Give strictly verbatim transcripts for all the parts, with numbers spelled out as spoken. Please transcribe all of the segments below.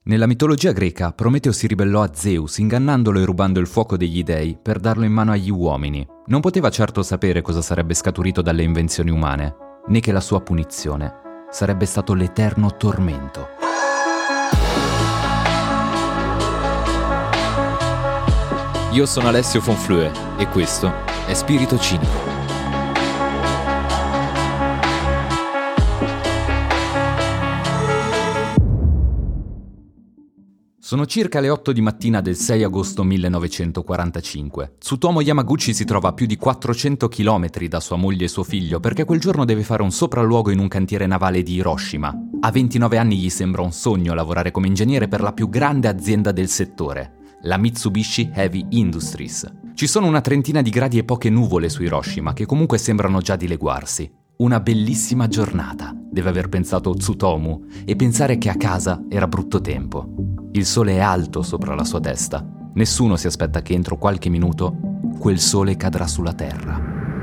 Nella mitologia greca, Prometeo si ribellò a Zeus ingannandolo e rubando il fuoco degli dei per darlo in mano agli uomini. Non poteva certo sapere cosa sarebbe scaturito dalle invenzioni umane, né che la sua punizione sarebbe stato l'eterno tormento. Io sono Alessio Fonflue e questo è Spirito Cinico. Sono circa le otto di mattina del sei agosto millenovecentoquarantacinque. Tsutomu Yamaguchi si trova a più di quattrocento chilometri da sua moglie e suo figlio perché quel giorno deve fare un sopralluogo in un cantiere navale di Hiroshima. A ventinove anni gli sembra un sogno lavorare come ingegnere per la più grande azienda del settore, la Mitsubishi Heavy Industries. Ci sono una trentina di gradi e poche nuvole su Hiroshima che comunque sembrano già dileguarsi. Una bellissima giornata, deve aver pensato Tsutomu, e pensare che a casa era brutto tempo. Il sole è alto sopra la sua testa. Nessuno si aspetta che entro qualche minuto quel sole cadrà sulla terra.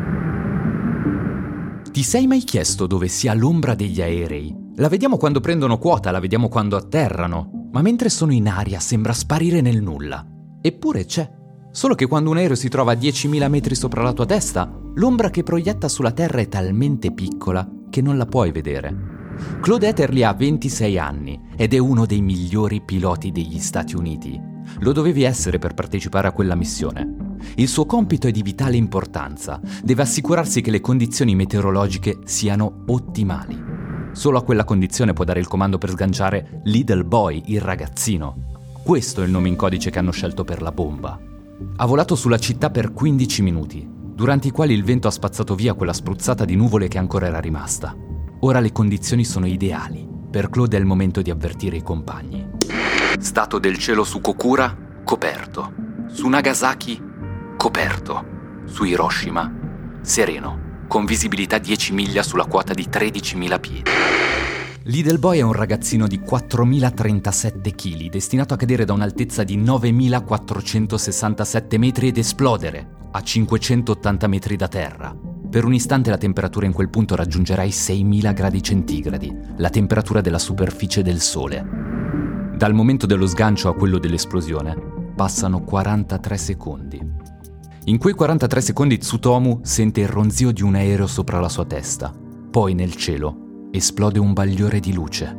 Ti sei mai chiesto dove sia l'ombra degli aerei? La vediamo quando prendono quota, la vediamo quando atterrano, ma mentre sono in aria sembra sparire nel nulla. Eppure c'è. Solo che quando un aereo si trova a diecimila metri sopra la tua testa, l'ombra che proietta sulla terra è talmente piccola che non la puoi vedere. Claude Ederle ha ventisei anni ed è uno dei migliori piloti degli Stati Uniti. Lo dovevi essere per partecipare a quella missione. Il suo compito è di vitale importanza. Deve assicurarsi che le condizioni meteorologiche siano ottimali. Solo a quella condizione può dare il comando per sganciare Little Boy, il ragazzino. Questo è il nome in codice che hanno scelto per la bomba. Ha volato sulla città per quindici minuti, durante i quali il vento ha spazzato via quella spruzzata di nuvole che ancora era rimasta. Ora le condizioni sono ideali. Per Claude è il momento di avvertire i compagni. Stato del cielo su Kokura, coperto. Su Nagasaki, coperto. Su Hiroshima, sereno, con visibilità dieci miglia sulla quota di tredicimila piedi. Little Boy è un ragazzino di quattromila trentasette chili, destinato a cadere da un'altezza di novemilaquattrocentosessantasette metri ed esplodere a cinquecentottanta metri da terra. Per un istante la temperatura in quel punto raggiungerà i seimila gradi centigradi, la temperatura della superficie del Sole. Dal momento dello sgancio a quello dell'esplosione passano quarantatré secondi. In quei quarantatré secondi Tsutomu sente il ronzio di un aereo sopra la sua testa. Poi nel cielo esplode un bagliore di luce.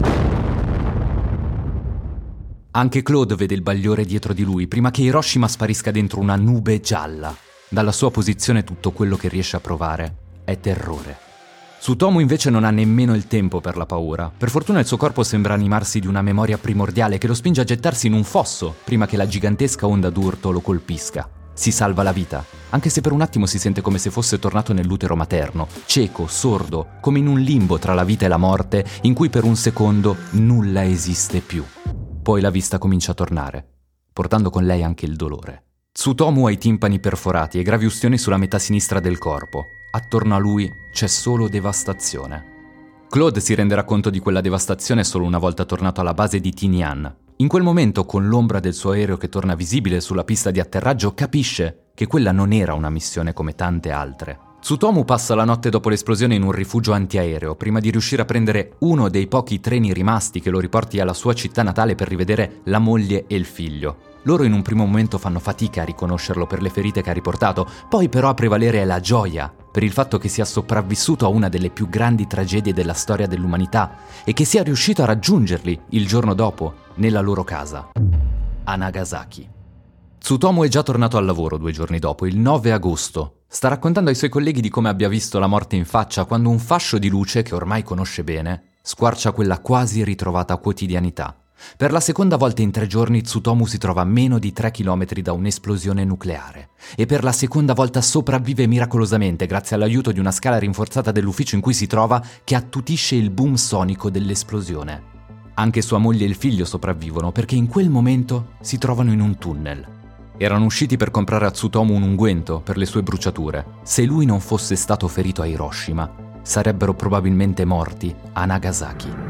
Anche Claude vede il bagliore dietro di lui prima che Hiroshima sparisca dentro una nube gialla. Dalla sua posizione tutto quello che riesce a provare è terrore. Tsutomu invece non ha nemmeno il tempo per la paura. Per fortuna il suo corpo sembra animarsi di una memoria primordiale che lo spinge a gettarsi in un fosso prima che la gigantesca onda d'urto lo colpisca. Si salva la vita, anche se per un attimo si sente come se fosse tornato nell'utero materno, cieco, sordo, come in un limbo tra la vita e la morte in cui per un secondo nulla esiste più. Poi la vista comincia a tornare, portando con lei anche il dolore. Tsutomu ha i timpani perforati e gravi ustioni sulla metà sinistra del corpo. Attorno a lui c'è solo devastazione. Claude si renderà conto di quella devastazione solo una volta tornato alla base di Tinian. In quel momento, con l'ombra del suo aereo che torna visibile sulla pista di atterraggio, capisce che quella non era una missione come tante altre. Tsutomu passa la notte dopo l'esplosione in un rifugio antiaereo, prima di riuscire a prendere uno dei pochi treni rimasti che lo riporti alla sua città natale per rivedere la moglie e il figlio. Loro in un primo momento fanno fatica a riconoscerlo per le ferite che ha riportato, poi però a prevalere è la gioia per il fatto che sia sopravvissuto a una delle più grandi tragedie della storia dell'umanità e che sia riuscito a raggiungerli il giorno dopo nella loro casa, a Nagasaki. Tsutomu è già tornato al lavoro due giorni dopo, il nove agosto. Sta raccontando ai suoi colleghi di come abbia visto la morte in faccia quando un fascio di luce, che ormai conosce bene, squarcia quella quasi ritrovata quotidianità. Per la seconda volta in tre giorni Tsutomu si trova a meno di tre chilometri da un'esplosione nucleare e per la seconda volta sopravvive miracolosamente grazie all'aiuto di una scala rinforzata dell'ufficio in cui si trova che attutisce il boom sonico dell'esplosione. Anche sua moglie e il figlio sopravvivono perché in quel momento si trovano in un tunnel. Erano usciti per comprare a Tsutomu un unguento per le sue bruciature. Se lui non fosse stato ferito a Hiroshima, sarebbero probabilmente morti a Nagasaki.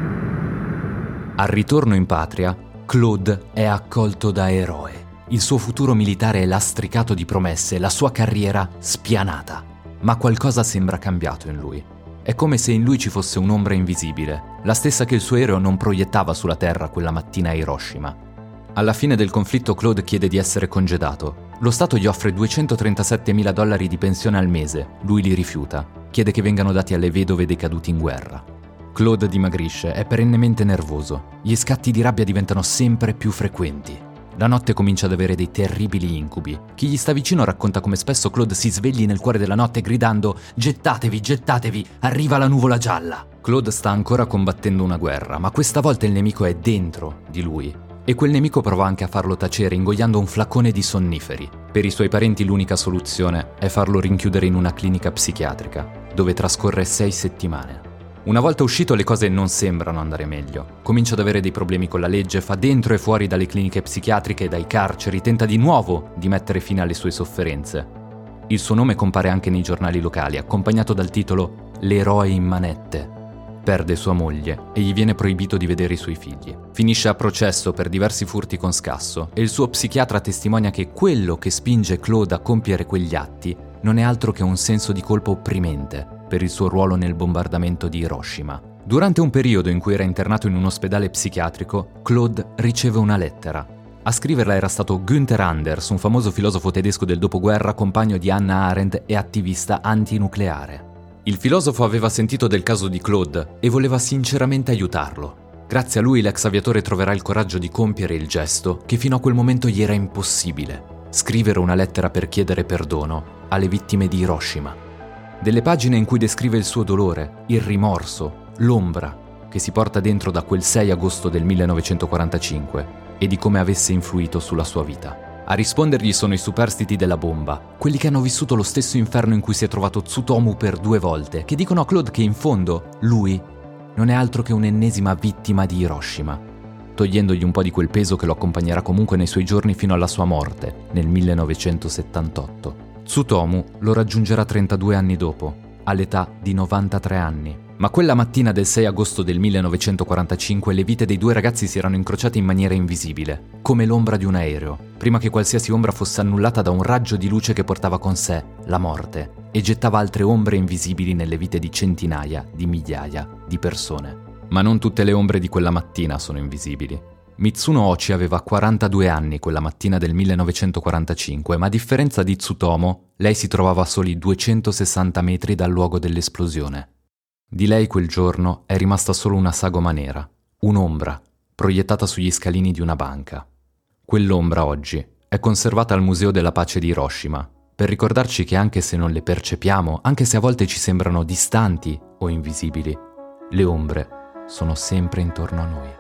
Al ritorno in patria, Claude è accolto da eroe. Il suo futuro militare è lastricato di promesse, la sua carriera spianata. Ma qualcosa sembra cambiato in lui. È come se in lui ci fosse un'ombra invisibile, la stessa che il suo aereo non proiettava sulla Terra quella mattina a Hiroshima. Alla fine del conflitto Claude chiede di essere congedato. Lo Stato gli offre duecentotrentassettemila dollari di pensione al mese, lui li rifiuta. Chiede che vengano dati alle vedove dei caduti in guerra. Claude dimagrisce, è perennemente nervoso. Gli scatti di rabbia diventano sempre più frequenti. La notte comincia ad avere dei terribili incubi. Chi gli sta vicino racconta come spesso Claude si svegli nel cuore della notte gridando «Gettatevi, gettatevi, arriva la nuvola gialla!». Claude sta ancora combattendo una guerra, ma questa volta il nemico è dentro di lui. E quel nemico prova anche a farlo tacere ingoiando un flacone di sonniferi. Per i suoi parenti l'unica soluzione è farlo rinchiudere in una clinica psichiatrica, dove trascorre sei settimane. Una volta uscito le cose non sembrano andare meglio. Comincia ad avere dei problemi con la legge, fa dentro e fuori dalle cliniche psichiatriche e dai carceri, tenta di nuovo di mettere fine alle sue sofferenze. Il suo nome compare anche nei giornali locali, accompagnato dal titolo «L'eroe in manette». Perde sua moglie e gli viene proibito di vedere i suoi figli. Finisce a processo per diversi furti con scasso e il suo psichiatra testimonia che quello che spinge Claude a compiere quegli atti non è altro che un senso di colpa opprimente per il suo ruolo nel bombardamento di Hiroshima. Durante un periodo in cui era internato in un ospedale psichiatrico, Claude riceve una lettera. A scriverla era stato Günther Anders, un famoso filosofo tedesco del dopoguerra, compagno di Hannah Arendt e attivista antinucleare. Il filosofo aveva sentito del caso di Claude e voleva sinceramente aiutarlo. Grazie a lui l'ex aviatore troverà il coraggio di compiere il gesto che fino a quel momento gli era impossibile: scrivere una lettera per chiedere perdono alle vittime di Hiroshima. Delle pagine in cui descrive il suo dolore, il rimorso, l'ombra che si porta dentro da quel sei agosto del millenovecentoquarantacinque e di come avesse influito sulla sua vita. A rispondergli sono i superstiti della bomba, quelli che hanno vissuto lo stesso inferno in cui si è trovato Tsutomu per due volte, che dicono a Claude che in fondo lui non è altro che un'ennesima vittima di Hiroshima, togliendogli un po' di quel peso che lo accompagnerà comunque nei suoi giorni fino alla sua morte nel millenovecentosettantotto. Tsutomu lo raggiungerà trentadue anni dopo, all'età di novantatré anni. Ma quella mattina del sei agosto del millenovecentoquarantacinque le vite dei due ragazzi si erano incrociate in maniera invisibile, come l'ombra di un aereo, prima che qualsiasi ombra fosse annullata da un raggio di luce che portava con sé la morte e gettava altre ombre invisibili nelle vite di centinaia, di migliaia di persone. Ma non tutte le ombre di quella mattina sono invisibili. Mitsuno Ochi aveva quarantadue anni quella mattina del millenovecentoquarantacinque, ma a differenza di Tsutomu, lei si trovava a soli duecentosessanta metri dal luogo dell'esplosione. Di lei quel giorno è rimasta solo una sagoma nera, un'ombra, proiettata sugli scalini di una banca. Quell'ombra oggi è conservata al Museo della Pace di Hiroshima, per ricordarci che anche se non le percepiamo, anche se a volte ci sembrano distanti o invisibili, le ombre sono sempre intorno a noi.